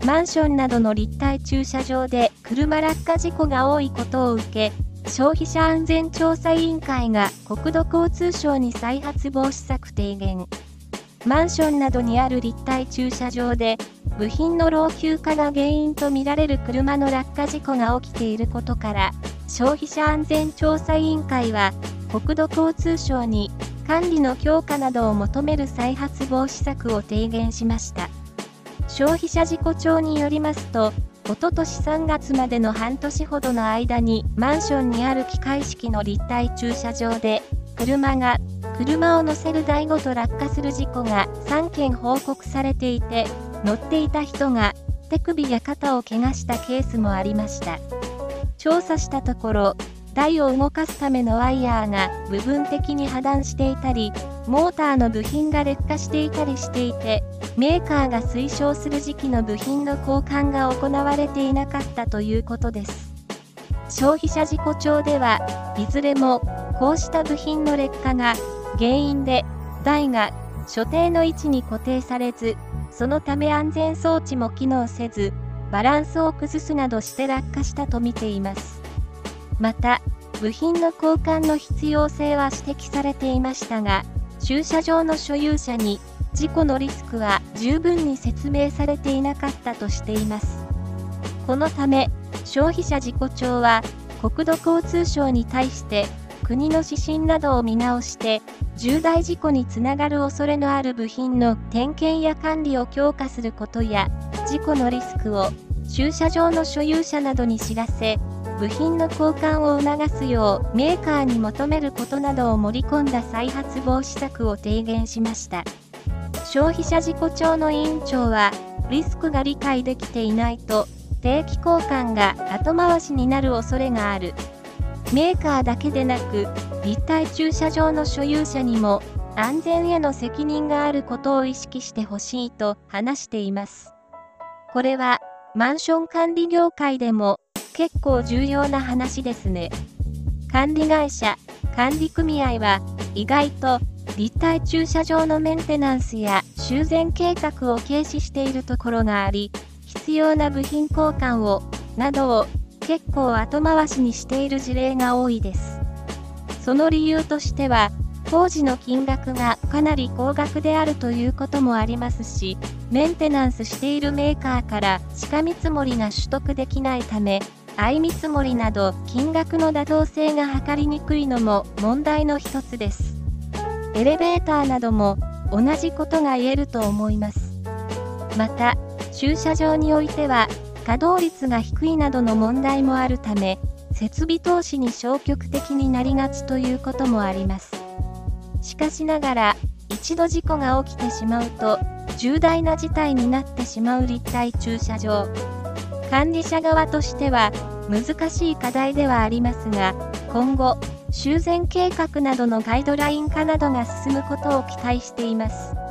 マンションなどの立体駐車場で車落下事故が多いことを受け、消費者安全調査委員会が国土交通省に再発防止策提言。マンションなどにある立体駐車場で、部品の老朽化が原因とみられる車の落下事故が起きていることから、消費者安全調査委員会は、国土交通省に管理の強化などを求める再発防止策を提言しました。消費者事故調によりますと、おととし3月までの半年ほどの間にマンションにある機械式の立体駐車場で、車を乗せる台ごと落下する事故が3件報告されていて、乗っていた人が手首や肩を怪我したケースもありました。調査したところ、台を動かすためのワイヤーが部分的に破断していたり、モーターの部品が劣化していたりしていて、メーカーが推奨する時期の部品の交換が行われていなかったということです。消費者事故調では、いずれもこうした部品の劣化が原因で、台が所定の位置に固定されず、そのため安全装置も機能せず、バランスを崩すなどして落下したと見ています。また、部品の交換の必要性は指摘されていましたが、駐車場の所有者に事故のリスクは十分に説明されていなかったとしています。このため、消費者事故調は国土交通省に対して国の指針などを見直して、重大事故につながる恐れのある部品の点検や管理を強化することや、事故のリスクを駐車場の所有者などに知らせ、部品の交換を促すようメーカーに求めることなどを盛り込んだ再発防止策を提言しました。消費者事故調の委員長は、リスクが理解できていないと、定期交換が後回しになる恐れがある。メーカーだけでなく、立体駐車場の所有者にも、安全への責任があることを意識してほしいと話しています。これは、マンション管理業界でも、結構重要な話ですね。管理会社、管理組合は、意外と、立体駐車場のメンテナンスや修繕計画を軽視しているところがあり、必要な部品交換などを結構後回しにしている事例が多いです。その理由としては、工事の金額がかなり高額であるということもありますし、メンテナンスしているメーカーから直見積もりが取得できないため、相見積もりなど金額の妥当性が図りにくいのも問題の一つです。エレベーターなども同じことが言えると思います。また、駐車場においては稼働率が低いなどの問題もあるため、設備投資に消極的になりがちということもあります。しかしながら、一度事故が起きてしまうと、重大な事態になってしまう立体駐車場。管理者側としては難しい課題ではありますが、今後、修繕計画などのガイドライン化などが進むことを期待しています。